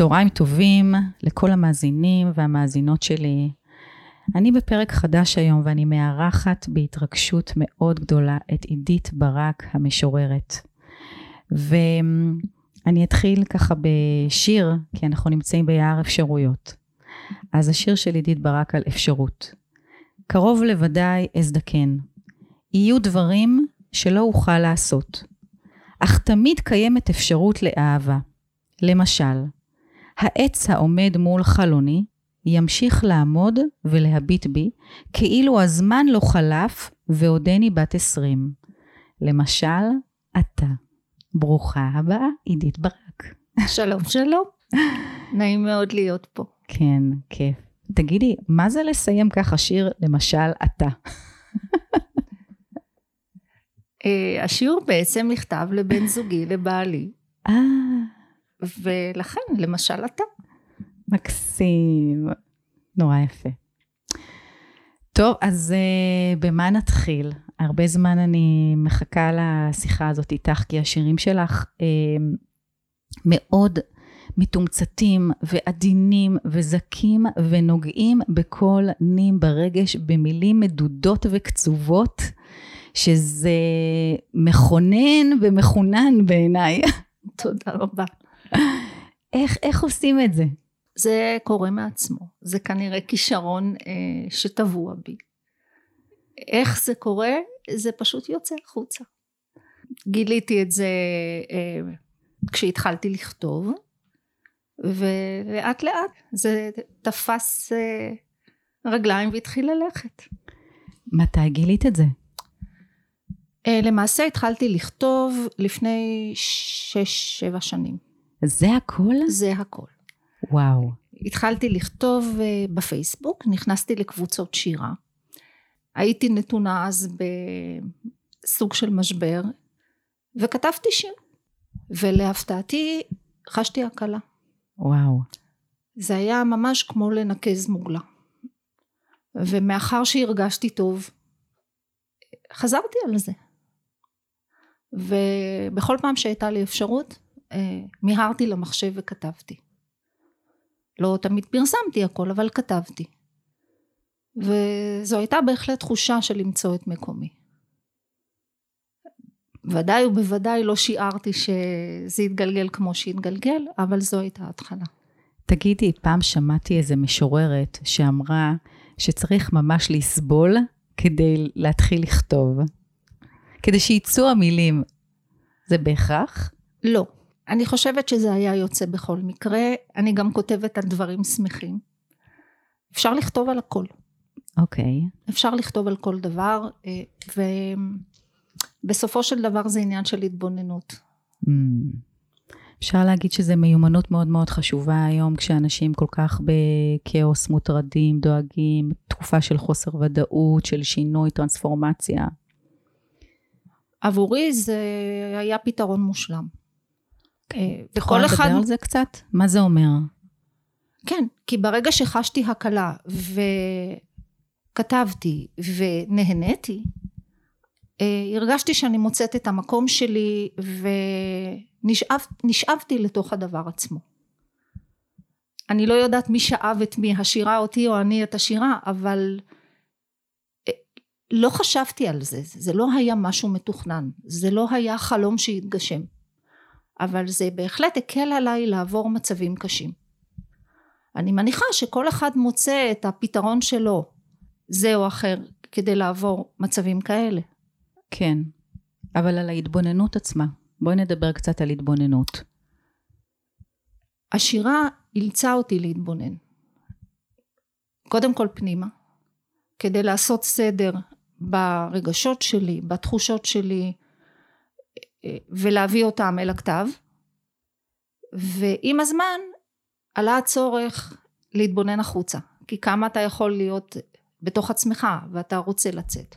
צהריים טובים לכל המאזינים והמאזינות שלי. אני בפרק חדש היום ואני מארחת בהתרגשות מאוד גדולה את עידית ברק המשוררת. ואני אתחיל ככה בשיר, כי אנחנו נמצאים ביער אפשרויות. אז השיר של עידית ברק על אפשרות. קרוב לוודאי אזדקן. יהיו דברים שלא אוכל לעשות. אך תמיד קיימת אפשרות לאהבה. למשל, העץ העומד מול חלוני ימשיך לעמוד ולהביט בי כאילו הזמן לא חלף ועודני בת 20. למשל, אתה. ברוכה הבאה, עידית ברק. שלום, שלום. נעים מאוד להיות פה. כן, כיף. תגידי, מה זה לסיים ככה שיר, למשל, אתה? השיר בעצם נכתב לבן זוגי, לבעלי. ולכן, למשל, אתה. מקסים. נורא יפה. טוב, אז במה נתחיל? הרבה זמן אני מחכה לשיחה הזאת איתך, כי השירים שלך מאוד מתומצתים ועדינים וזקים ונוגעים בכל נים ברגש, במילים מדודות וקצובות, שזה מכונן ומכונן בעיניי. תודה רבה. איך עושים את זה? זה קורה מעצמו. זה כנראה כישרון שטבוע בי. איך זה קורה? זה פשוט יוצא החוצה. גיליתי את זה כשהתחלתי לכתוב, ולאט לאט זה תפס רגליים והתחיל ללכת. מתי גילית את זה? למעשה התחלתי לכתוב לפני 6-7 שנים. זה הכל? זה הכל. וואו. התחלתי לכתוב בפייסבוק, נכנסתי לקבוצות שירה. הייתי נתונה אז בסוג של משבר, וכתבתי שיר. ולהפתעתי חשתי הקלה. וואו. זה היה ממש כמו לנקז מוגלה. ומאחר שהרגשתי טוב, חזרתי על זה. ובכל פעם שהייתה לי אפשרות, מיהרתי למחשב וכתבתי. לא תמיד פרסמתי הכל, אבל כתבתי. וזו הייתה בהחלט תחושה של למצוא את מקומי. ודאי ובוודאי לא שיערתי שזה יתגלגל כמו שהתגלגל, אבל זו הייתה ההתחלה. תגידי, פעם שמעתי איזה משוררת שאמרה שצריך ממש לסבול כדי להתחיל לכתוב. כדי שיצאו המילים. זה בהכרח? לא. אני חושבת שזה היה יוצא בכל מקרה. אני גם כותבת על דברים שמחים. אפשר לכתוב על הכל. אוקיי. אפשר לכתוב על כל דבר, ובסופו של דבר זה עניין של התבוננות. אפשר להגיד שזה מיומנות מאוד מאוד חשובה היום, כשאנשים כל כך בכאוס, מוטרדים, דואגים, תקופה של חוסר ודאות, של שינוי, טרנספורמציה. עבורי זה היה פתרון מושלם. יכולה לדבר על זה קצת? מה זה אומר? כן, כי ברגע שחשתי הקלה וכתבתי ונהניתי, הרגשתי שאני מוצאת את המקום שלי ונשאבתי לתוך הדבר עצמו. אני לא יודעת מי שאב את מי, השירה אותי או אני את השירה, אבל לא חשבתי על זה, זה לא היה משהו מתוכנן, זה לא היה חלום שהתגשם, אבל זה בהחלט הקל עליי לעבור מצבים קשים. אני מניחה שכל אחד מוצא את הפתרון שלו, זה או אחר, כדי לעבור מצבים כאלה. כן, אבל על ההתבוננות עצמה, בואי נדבר קצת על התבוננות. השירה אילצה אותי להתבונן. קודם כל פנימה, כדי לעשות סדר ברגשות שלי, בתחושות שלי, ולהביא אותם אל הכתב. ועם הזמן עלה הצורך להתבונן החוצה, כי כמה אתה יכול להיות בתוך עצמך ואתה רוצה לצאת.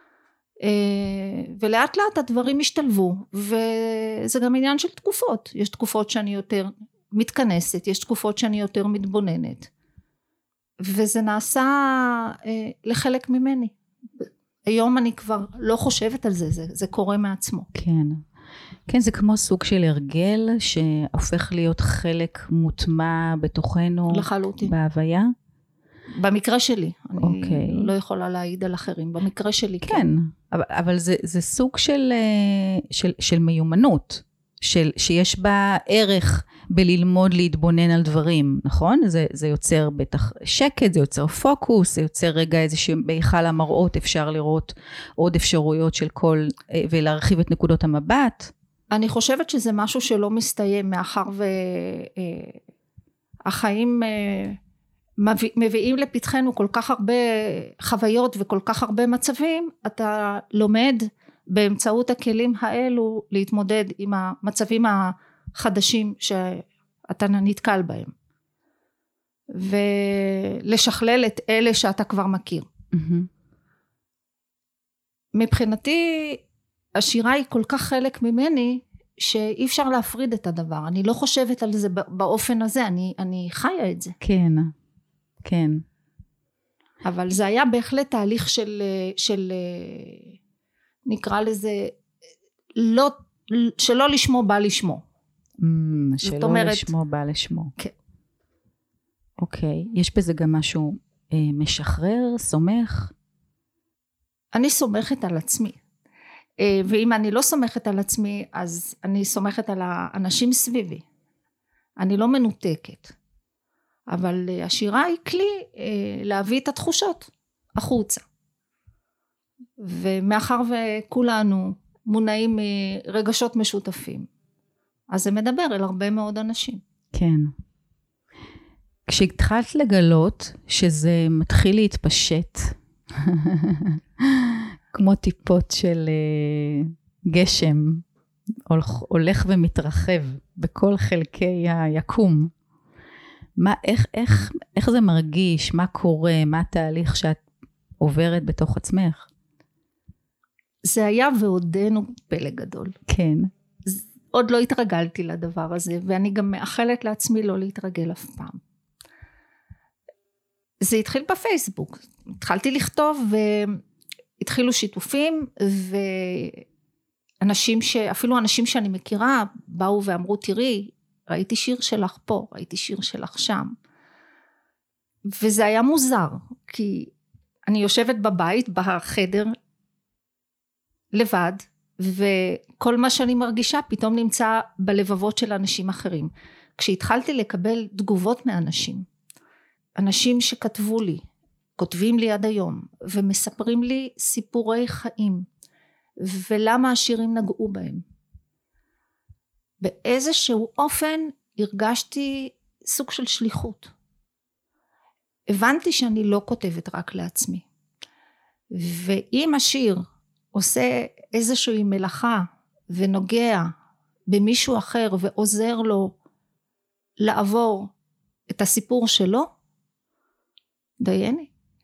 ולאט לאט הדברים השתלבו, וזה גם עניין של תקופות. יש תקופות שאני יותר מתכנסת, יש תקופות שאני יותר מתבוננת, וזה נעשה לחלק ממני. היום אני כבר לא חושבת על זה, זה קורה מעצמו. כן. כן, זה כמו סוג של הרגל שהופך להיות חלק מוטמע בתוכנו. לחלוטין. בהוויה? במקרה שלי. אוקיי. אני לא יכולה להעיד על אחרים. במקרה שלי כן. כן, אבל זה סוג של מיומנות, שיש בה ערך בללמוד להתבונן על דברים, נכון? זה יוצר בטח שקט, זה יוצר פוקוס, זה יוצר רגע איזשהו בהיכל המראות, אפשר לראות עוד אפשרויות של כל, ולהרחיב את נקודות המבט. אני חושבת שזה משהו שלא מסתיים, מאחר והחיים מביאים לפתחנו כל כך הרבה חוויות וכל כך הרבה מצבים, אתה לומד באמצעות הכלים האלו להתמודד עם המצבים החדשים שאתה נתקל בהם, ולשכלל את אלה שאתה כבר מכיר. מבחינתי השירה היא כל כך חלק ממני, שאי אפשר להפריד את הדבר. אני לא חושבת על זה באופן הזה, אני חיה את זה. כן, כן. אבל זה היה בהחלט תהליך של נקרא לזה, שלא לשמו בא לשמו. שלא לשמו בא לשמו. כן. אוקיי, יש בזה גם משהו משחרר, סומך? אני סומכת על עצמי. ואם אני לא סומכת על עצמי, אז אני סומכת על האנשים סביבי. אני לא מנותקת. אבל השירה היא כלי להביא את התחושות החוצה. ומאחר וכולנו מונעים מרגשות משותפים, אז זה מדבר אל הרבה מאוד אנשים. כן. כשהתחלת לגלות שזה מתחיל להתפשט, כמו טיפות של גשם, הולך ומתרחב בכל חלקי היקום, איך זה מרגיש? מה קורה? מה התהליך שאת עוברת בתוך עצמך? זה היה ועודנו פלא גדול. כן. עוד לא התרגלתי לדבר הזה, ואני גם מאחלת לעצמי לא להתרגל אף פעם. זה התחיל בפייסבוק. התחלתי לכתוב והתחילו שיתופים, אפילו אנשים שאני מכירה באו ואמרו, תראי, ראיתי שיר שלך פה, ראיתי שיר שלך שם. וזה היה מוזר, כי אני יושבת בבית, בחדר, לבד, וכל מה שאני מרגישה פתאום נמצא בלבבות של אנשים אחרים. כשהתחלתי לקבל תגובות מאנשים, אנשים שכתבו לי, כותבים לי עד היום, ומספרים לי סיפורי חיים, ולמה השירים נגעו בהם. באיזשהו אופן הרגשתי סוג של שליחות. הבנתי שאני לא כותבת רק לעצמי. ואם השיר עושה איזושהי מלאכה ונוגע במישהו אחר ועוזר לו לעבור את הסיפור שלו, דייני.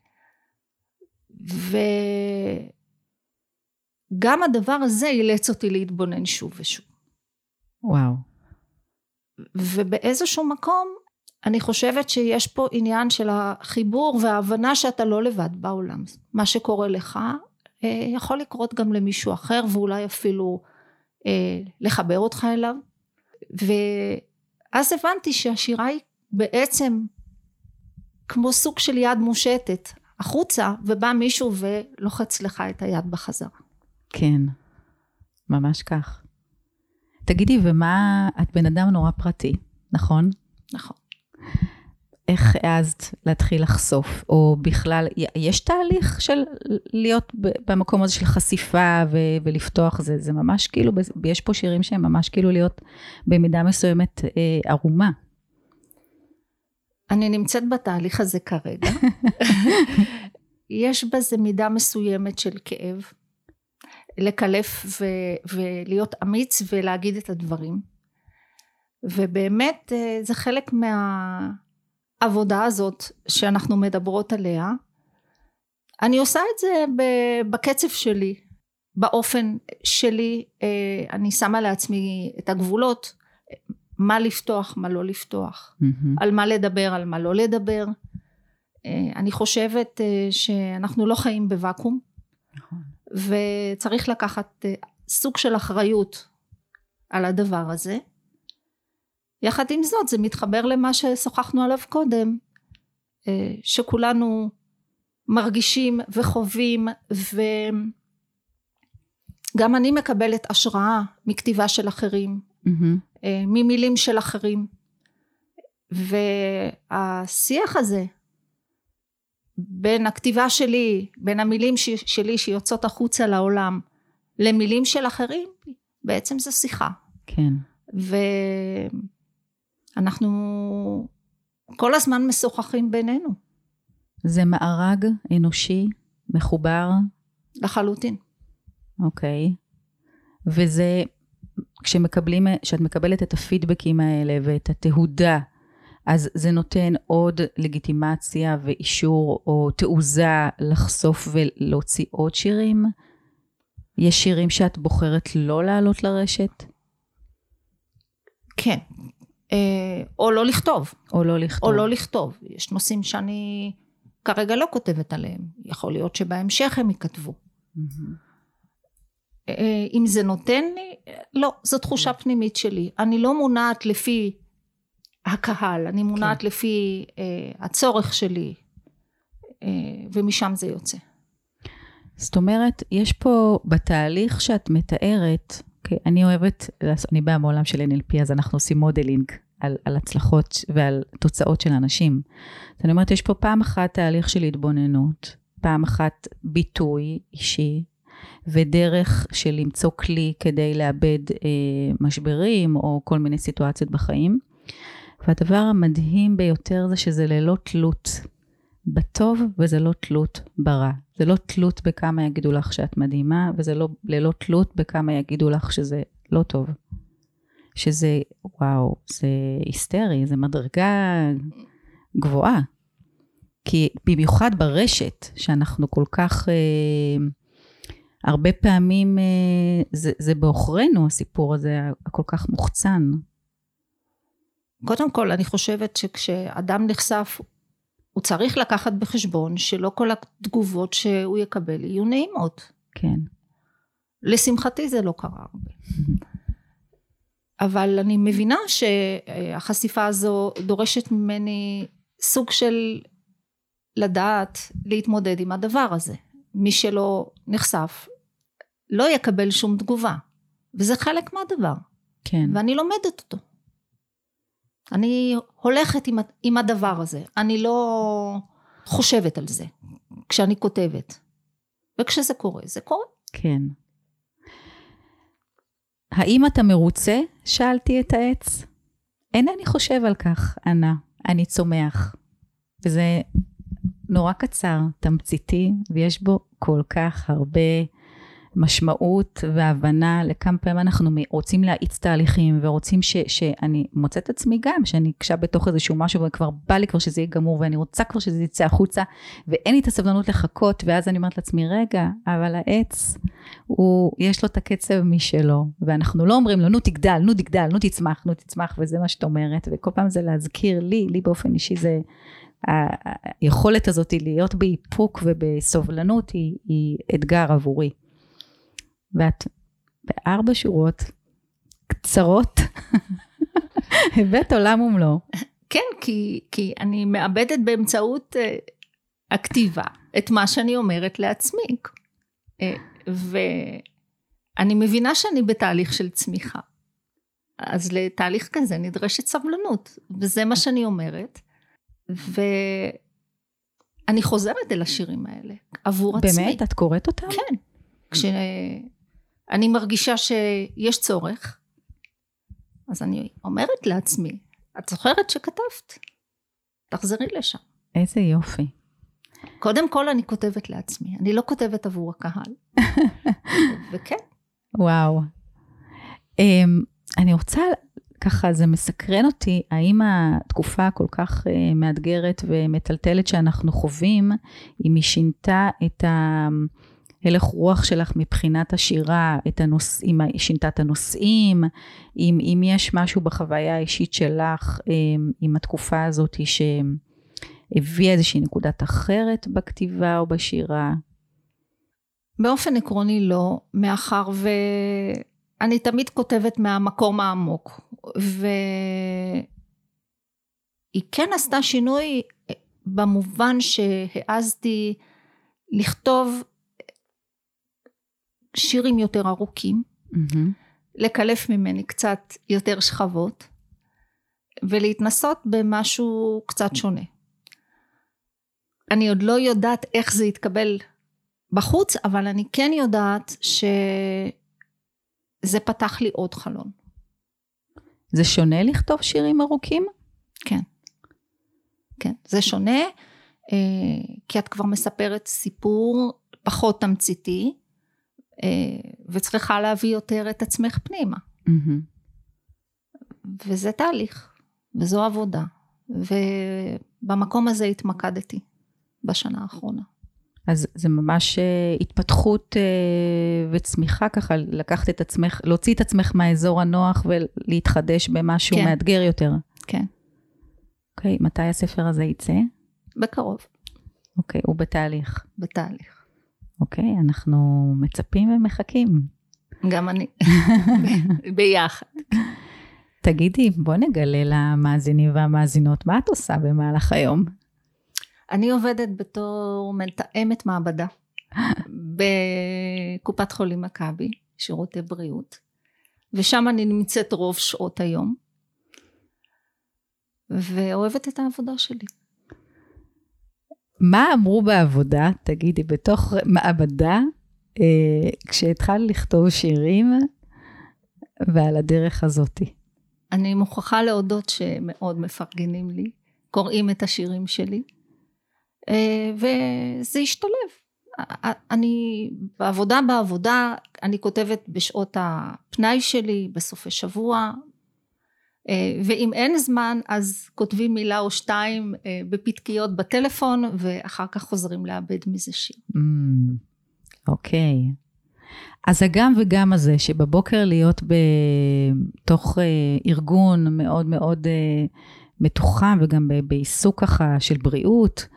וגם הדבר הזה אילץ אותי להתבונן שוב ושוב. וואו. ובאיזשהו מקום אני חושבת שיש פה עניין של החיבור וההבנה שאתה לא לבד בעולם. מה שקורה לך יכול לקרות גם למישהו אחר, ואולי אפילו לחבר אותך אליו. ואז הבנתי שהשירה היא בעצם כמו סוג של יד מושטת החוצה, ובא מישהו ולוחץ לך את היד בחזרה. כן, ממש כך. תגידי, ומה, את בן אדם נורא פרטי, נכון? נכון. איך העזת להתחיל לחשוף, או בכלל, יש תהליך של להיות במקום הזה של חשיפה ולפתוח, זה ממש כאילו, יש פה שירים שהם ממש כאילו להיות במידה מסוימת ערומה. אני נמצאת בתהליך הזה כרגע. יש בזה מידה מסוימת של כאב, לקלף ולהיות אמיץ ולהגיד את הדברים. ובאמת זה חלק מהעבודה הזאת שאנחנו מדברות עליה. אני עושה את זה בקצב שלי, באופן שלי. אני שמה לעצמי את הגבולות, מה לפתוח, מה לא לפתוח, על מה לדבר, על מה לא לדבר. אני חושבת שאנחנו לא חיים בוואקום, וצריך לקחת סוג של אחריות על הדבר הזה. יחד עם זאת זה מתחבר למה ששוחחנו עליו קודם, שכולנו מרגישים וחווים, וגם אני מקבלת השראה מכתיבה של אחרים, ממילים של אחרים, והשיח הזה בין הכתיבה שלי, בין המילים שלי שיוצאות החוצה לעולם למילים של אחרים, בעצם זו שיחה. כן. ואנחנו כל הזמן משוחחים בינינו. זה מארג אנושי מחובר? לחלוטין. אוקיי. וזה, כשאת מקבלת את הפידבקים האלה ואת התהודה, אז זה נותן עוד לגיטימציה ואישור או תעוזה לחשוף ולהוציא עוד שירים? יש שירים שאת בוחרת לא לעלות לרשת? כן. או לא לכתוב. או לא לכתוב. או לא לכתוב. יש נושאים שאני כרגע לא כותבת עליהם. יכול להיות שבהמשך הם יכתבו. אם זה נותן לי, לא, זו תחושה פנימית שלי. אני לא מונעת לפי הקהל, אני מונעת לפי הצורך שלי, ומשם זה יוצא. זאת אומרת, יש פה בתהליך שאת מתארת, אני אוהבת, אני באה מעולם של NLP, אז אנחנו עושים מודלינג על הצלחות ועל תוצאות של אנשים. אז אני אומרת, יש פה פעם אחת תהליך של התבוננות, פעם אחת ביטוי אישי, ודרך של למצוא כלי כדי לאבד משברים או כל מיני סיטואציות בחיים. והדבר המדהים ביותר זה שזה ללא תלות בטוב וזה לא תלות ברע. זה לא תלות בכמה יגידו לך שאת מדהימה, וזה ללא תלות בכמה יגידו לך שזה לא טוב. שזה, וואו, זה היסטרי, זה מדרגה גבוהה. כי במיוחד ברשת, שאנחנו כל כך, הרבה פעמים, זה באוכרנו הסיפור הזה, הכל כך מוחצן. קודם כל, אני חושבת שכשאדם נחשף, הוא צריך לקחת בחשבון שלא כל התגובות שהוא יקבל יהיו נעימות. כן. לשמחתי זה לא קרה הרבה. אבל אני מבינה שהחשיפה הזו דורשת ממני סוג של לדעת להתמודד עם הדבר הזה. מי שלא נחשף לא יקבל שום תגובה. וזה חלק מהדבר. כן. ואני לומדת אותו. אני הולכת עם הדבר הזה. אני לא חושבת על זה כשאני כותבת. וכשזה קורה, זה קורה. כן. האם אתה מרוצה? שאלתי את העץ. אינני חושב על כך, אנה. אני צומח. וזה נורא קצר, תמציתי, ויש בו כל כך הרבה משמעות והבנה לכמה פעמים אנחנו רוצים להאיץ תהליכים, ורוצים שאני מוצאת עצמי גם, שאני אקשה בתוך איזשהו משהו, וכבר בא לי כבר שזה יהיה גמור, ואני רוצה כבר שזה יצא החוצה, ואין לי את הסבלנות לחכות, ואז אני אומרת לעצמי, רגע, אבל העץ, יש לו את הקצב משלו, ואנחנו לא אומרים לו, נו תגדל, נו תגדל, נו תצמח, וזה מה שאת אומרת, וכל פעם זה להזכיר לי באופן אישי, זה היכולת הזאת להיות באיפוק ובסובלנות, היא אתגר עבורי. ואת ב4 שורות קצרות, הבאת עולם ומלואו. כן, כי אני מאבדת באמצעות הכתיבה את מה שאני אומרת לעצמי. ואני מבינה שאני בתהליך של צמיחה. אז לתהליך כזה נדרשת סבלנות, וזה מה שאני אומרת. ואני חוזרת אל השירים האלה, עבור עצמי. באמת? את קוראת אותם? כן. כשאני מרגישה שיש צורך, אז אני אומרת לעצמי, את זוכרת שכתבת? תחזרי לשם. איזה יופי. קודם כל אני כותבת לעצמי, אני לא כותבת עבור הקהל. וכן. וואו. אני רוצה, ככה זה מסקרן אותי, האם התקופה כל כך מאתגרת ומטלטלת שאנחנו חווים, אם היא שינתה את הלך רוח שלך מבחינת השירה, אם היא שינתה את הנושאים, אם יש משהו בחוויה האישית שלך, עם התקופה הזאת שהביאה איזושהי נקודת אחרת בכתיבה או בשירה? באופן עקרוני לא, מאחר אני תמיד כותבת מהמקום העמוק, והיא כן עשתה שינוי במובן שהעזתי לכתוב שירים יותר ארוכים, לקלף ממני קצת יותר שכבות, ולהתנסות במשהו קצת שונה. אני עוד לא יודעת איך זה יתקבל בחוץ, אבל אני כן יודעת שזה פתח לי עוד חלון. זה שונה לכתוב שירים ארוכים? כן. כן, זה שונה, כי את כבר מספרת סיפור פחות תמציתי, וצריכה להביא יותר את עצמך פנימה. וזה תהליך, וזו עבודה, ובמקום הזה התמקדתי בשנה האחרונה. אז זה ממש התפתחות וצמיחה ככה, לקחת את עצמך, להוציא את עצמך מהאזור הנוח ולהתחדש במשהו מאתגר יותר. כן. אוקיי, מתי הספר הזה יצא? בקרוב. אוקיי, הוא בתהליך. בתהליך. אוקיי, אנחנו מצפים ומחכים. גם אני. ביחד. תגידי, בוא נגלה למאזינים והמאזינות, מה את עושה במהלך היום? אני עובדת בתור מתאמת מעבדה, בקופת חולים מכבי, שירותי בריאות, ושם אני נמצאת רוב שעות היום, ואוהבת את העבודה שלי. מה אמרו בעבודה, תגידי, בתוך מעבדה, כשהתחל לכתוב שירים, ועל הדרך הזאת? אני מוכרחה להודות שמאוד מפרגנים לי, קוראים את השירים שלי, וזה השתלב. אני בעבודה, אני כותבת בשעות הפנאי שלי, בסופי שבוע, ואם אין זמן, אז כותבים מילה או שתיים בפתקיות בטלפון, ואחר כך חוזרים לאבד מזה שיר. אוקיי. אז הגם וגם הזה, שבבוקר להיות בתוך ארגון מאוד מאוד מתוחם, וגם בעיסוק ככה של בריאות,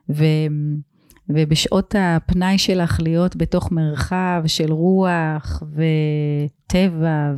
ובשעות הפנאי שלך להיות בתוך מרחב של רוח וטבע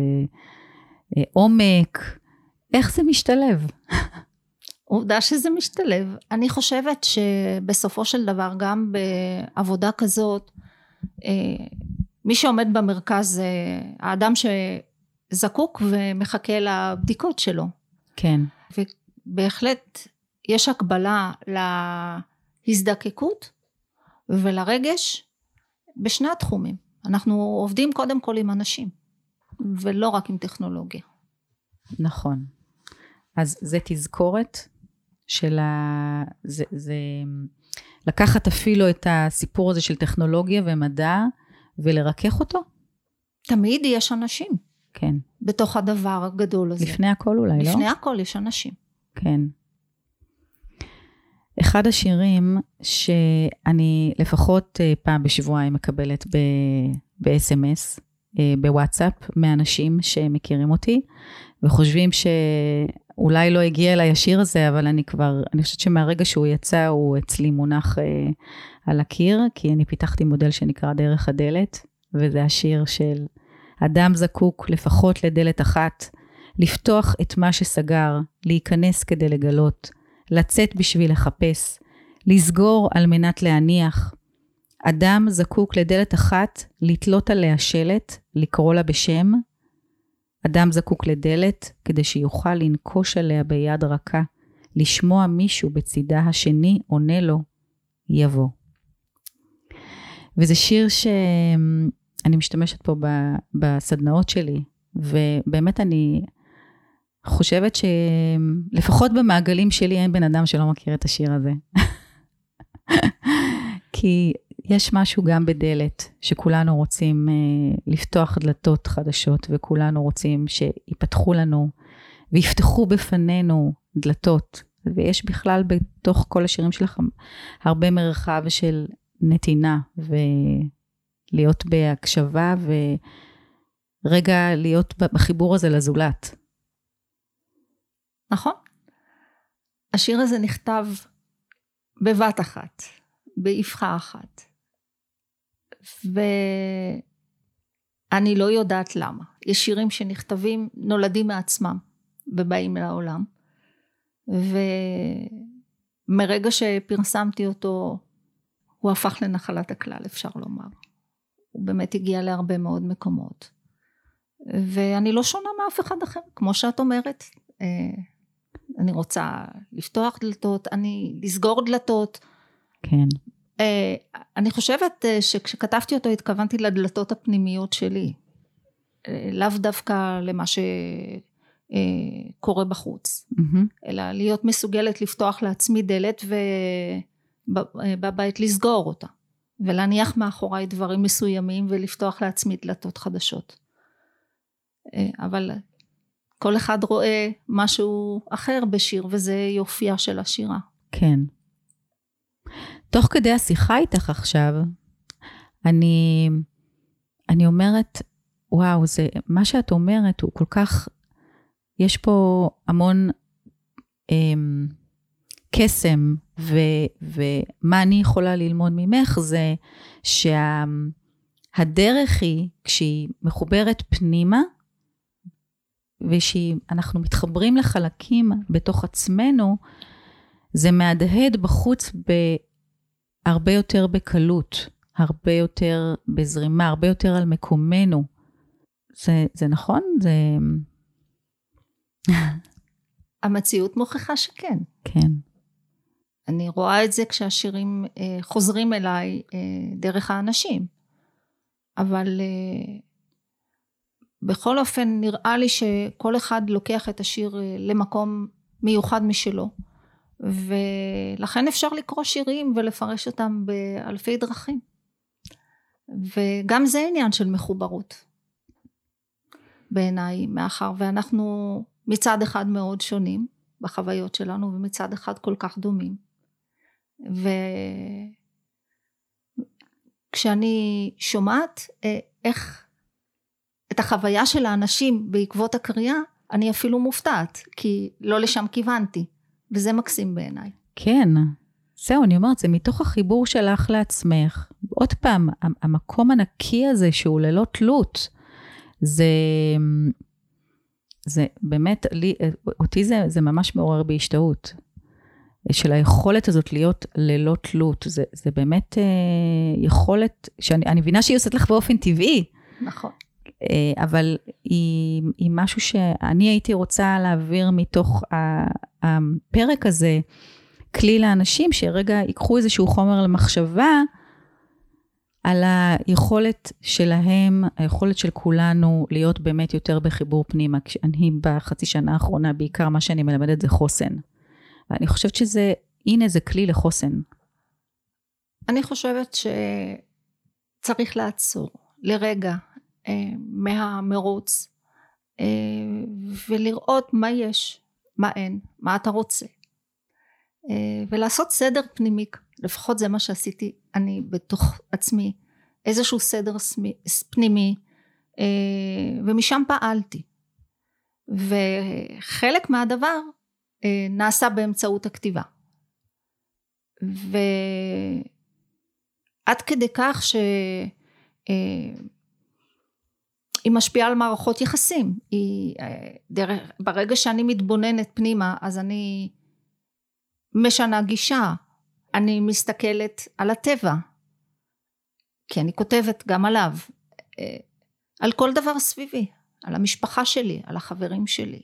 ועומק, איך זה משתלב? עובדה שזה משתלב. אני חושבת שבסופו של דבר גם בעבודה כזאת, מי שעומד במרכז זה האדם שזקוק ומחכה לבדיקות שלו. כן. ובהחלט יש הקבלה להזדקקות ולרגש בשני התחומים. אנחנו עובדים קודם כל עם אנשים, ולא רק עם טכנולוגיה. נכון. אז זה תזכורת של זה לקחת אפילו את הסיפור הזה של טכנולוגיה ומדע, ולרכך אותו? תמיד יש אנשים. כן. בתוך הדבר הגדול הזה. לפני הכל אולי, לא? לפני הכל יש אנשים. כן. אחד השירים שאני לפחות פעם בשבועיים מקבלת ב-SMS, בוואטסאפ, מאנשים שמכירים אותי, וחושבים שאולי לא הגיע אליי השיר הזה, אבל אני חושבת שמהרגע שהוא יצא, הוא אצלי מונח על הקיר, כי אני פיתחתי מודל שנקרא דרך הדלת, וזה השיר של אדם זקוק לפחות לדלת אחת, לפתוח את מה שסגר, להיכנס כדי לגלות, לצאת בשביל לחפש, לסגור על מנת להניח. אדם זקוק לדלת אחת, לתלות עליה שלט, לקרוא לה בשם. אדם זקוק לדלת כדי שיוכל לנקוש עליה ביד רכה, לשמוע מישהו בצידה השני עונה לו, יבוא. וזה שיר שאני משתמשת פה בסדנאות שלי, ובאמת אני חושבת שלפחות במעגלים שלי אין בן אדם שלא מכיר את השיר הזה. כי יש משהו גם בדלת, שכולנו רוצים לפתוח דלתות חדשות, וכולנו רוצים שיפתחו לנו, ויפתחו בפנינו דלתות, ויש בכלל בתוך כל השירים שלכם, הרבה מרחב של נתינה, ולהיות בהקשבה, ורגע להיות בחיבור הזה לזולת. נכון. השיר הזה נכתב בבת אחת, באבחה אחת. אני לא יודעת למה. יש שירים שנכתבים, נולדים מעצמם, ובאים לעולם. ומרגע שפרסמתי אותו, הוא הפך לנחלת הכלל, אפשר לומר. הוא באמת הגיע להרבה מאוד מקומות. ואני לא שונה מאף אחד אחר, כמו שאת אומרת. אני רוצה לפתוח דלתות, לסגור דלתות. כן. אני חושבת שכשכתבתי אותו, התכוונתי לדלתות הפנימיות שלי. לאו דווקא למה שקורה בחוץ. אלא להיות מסוגלת לפתוח לעצמי דלת ובבית לסגור אותה. ולהניח מאחוריי דברים מסוימים ולפתוח לעצמי דלתות חדשות. אבל כל אחד רואה משהו אחר בשיר, וזה יופייה של השירה. כן. תוך כדי השיחה איתך עכשיו, אני אומרת, וואו, מה שאת אומרת הוא כל כך, יש פה המון קסם, ומה אני יכולה ללמוד ממך, זה שהדרך היא, כשהיא מחוברת פנימה, ושאנחנו מתחברים לחלקים בתוך עצמנו, זה מהדהד בחוץ הרבה יותר בקלות, הרבה יותר בזרימה, הרבה יותר על מקומנו. זה נכון? המציאות מוכיחה שכן. כן. אני רואה את זה כשהשירים חוזרים אליי דרך האנשים. אבל בכל אופן נראה לי שכל אחד לוקח את השיר למקום מיוחד משלו. ולכן אפשר לקרוא שירים ולפרש אותם באלפי דרכים. וגם זה עניין של מחוברות. בעיניי, מאחר ואנחנו מצד אחד מאוד שונים בחוויות שלנו, ומצד אחד כל כך דומים. וכשאני שומעת איך את החוויה של האנשים בעקבות הקריאה, אני אפילו מופתעת, כי לא לשם כיוונתי, וזה מקסים בעיניי. כן, זהו, אני אומרת, זה מתוך החיבור שלך לעצמך. עוד פעם, המקום הנקי הזה שהוא ללא תלות, זה באמת, אותי זה ממש מעורר בהשתאות, של היכולת הזאת להיות ללא תלות, זה באמת יכולת, שאני מבינה שהיא עושה לך באופן טבעי. נכון. אבל היא משהו שאני הייתי רוצה להעביר מתוך הפרק הזה, כלי לאנשים שרגע ייקחו איזשהו חומר למחשבה, על היכולת שלהם, היכולת של כולנו להיות באמת יותר בחיבור פנימה. אני בחצי שנה האחרונה, בעיקר מה שאני מלמדת זה חוסן. ואני חושבת הנה זה כלי לחוסן. אני חושבת שצריך לעצור לרגע מהמרוץ, ולראות מה יש, מה אין, מה אתה רוצה. ולעשות סדר פנימי, לפחות זה מה שעשיתי אני בתוך עצמי, איזשהו סדר פנימי, ומשם פעלתי. וחלק מהדבר נעשה באמצעות הכתיבה. ועד כדי כך שהיא משפיעה על מערכות יחסים. ברגע שאני מתבוננת פנימה, אז אני משנה גישה. אני מסתכלת על הטבע, כי אני כותבת גם עליו, על כל דבר סביבי, על המשפחה שלי, על החברים שלי.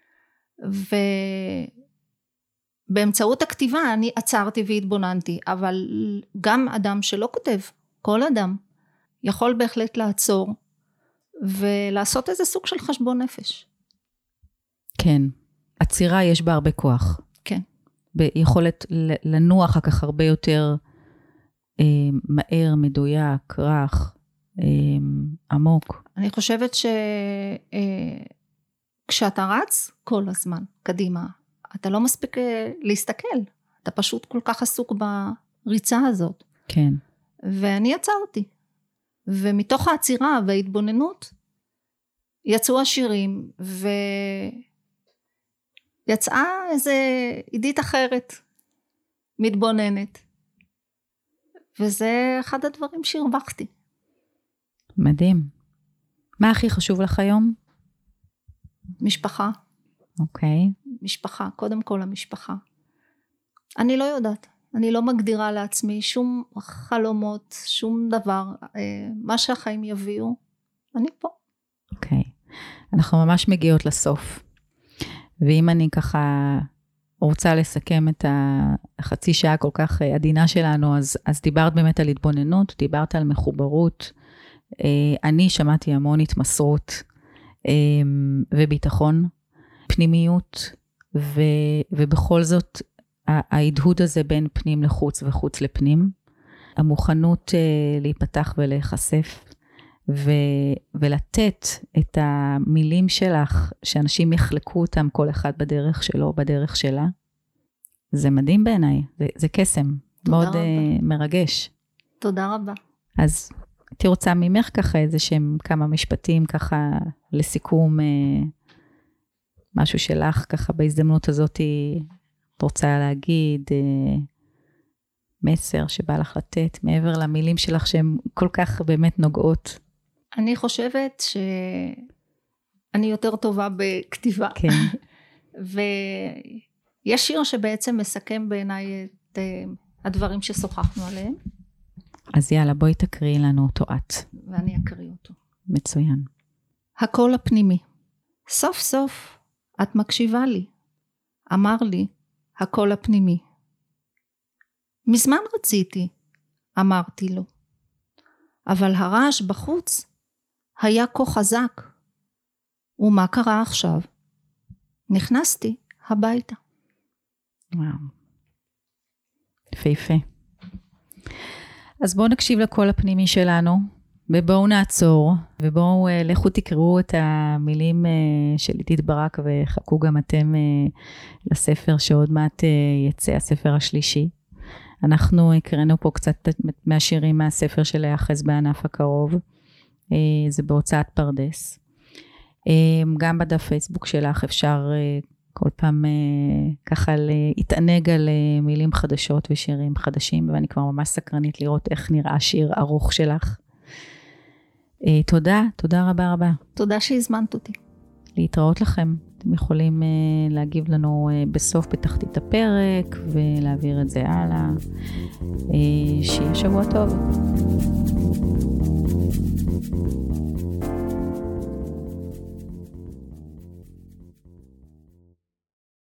ובאמצעות הכתיבה אני עצרתי והתבוננתי, אבל גם אדם שלא כותב, כל אדם, יכול בהחלט לעצור, ולעשות איזה סוג של חשבון נפש. כן, עצירה יש בה הרבה כוח. כן. ביכולת לנוע אחר כך הרבה יותר מהר, מדויק, רך, עמוק. אני חושבת כשאתה רץ כל הזמן קדימה, אתה לא מספיק להסתכל, אתה פשוט כל כך עסוק בריצה הזאת. כן. ואני עצרתי, ומתוך העצירה וההתבוננות, יצאו השירים, יצאה איזה עידית אחרת, מתבוננת. וזה אחד הדברים שהרווחתי. מדהים. מה הכי חשוב לך היום? משפחה. אוקיי. משפחה, קודם כל המשפחה. אני לא יודעת, אני לא מגדירה לעצמי שום חלומות, שום דבר, מה שהחיים יביאו, אני פה. אוקיי. אנחנו ממש מגיעות לסוף. ואם אני ככה רוצה לסכם את החצי שעה כל כך עדינה שלנו, אז דיברת באמת על התבוננות, דיברת על מחוברות, אני שמעתי המון התמסרות וביטחון, פנימיות, ובכל זאת ההדהוד הזה בין פנים לחוץ וחוץ לפנים, המוכנות להיפתח ולהיחשף, ולתת את המילים שלך, שאנשים יחלקו אותם כל אחד בדרך שלו, בדרך שלה, זה מדהים בעיניי, זה קסם, מאוד מרגש. תודה רבה. אז הייתי רוצה ממך ככה איזה שהם כמה משפטים ככה לסיכום, משהו שלך ככה בהזדמנות הזאת, את רוצה להגיד, מסר שבא לך לתת, מעבר למילים שלך שהן כל כך באמת נוגעות. אני חושבת שאני יותר טובה בכתיבה. כן. ויש שיר שבעצם מסכם בעיניי את הדברים ששוחחנו עליהם. אז יאללה, בואי תקריאי לנו אותו את. ואני אקריא אותו. מצוין. הקול הפנימי. סוף סוף את מקשיבה לי. אמר לי הקול הפנימי. מזמן רציתי, אמרתי לו. אבל הרעש בחוץ היה כה חזק. ומה קרה עכשיו? נכנסתי הביתה. וואו. יפה. אז בואו נקשיב לקול הפנימי שלנו, ובואו נעצור, ובואו לכו תקראו את המילים של עידית ברק, וחכו גם אתם לספר שעוד מעט יצא, הספר השלישי. אנחנו הקראנו פה קצת מהשירים מהספר של להיאחז בענף הקרוב, זה בהוצאת פרדס. גם בדף פייסבוק שלך אפשר כל פעם ככה להתענג על מילים חדשות ושירים חדשים, ואני כבר ממש סקרנית לראות איך נראה שיר ארוך שלך. תודה רבה. תודה שהזמנת אותי. להתראות לכם. אתם יכולים להגיב לנו בסוף בתחתית הפרק, ולהעביר את זה הלאה. שיהיה שבוע טוב.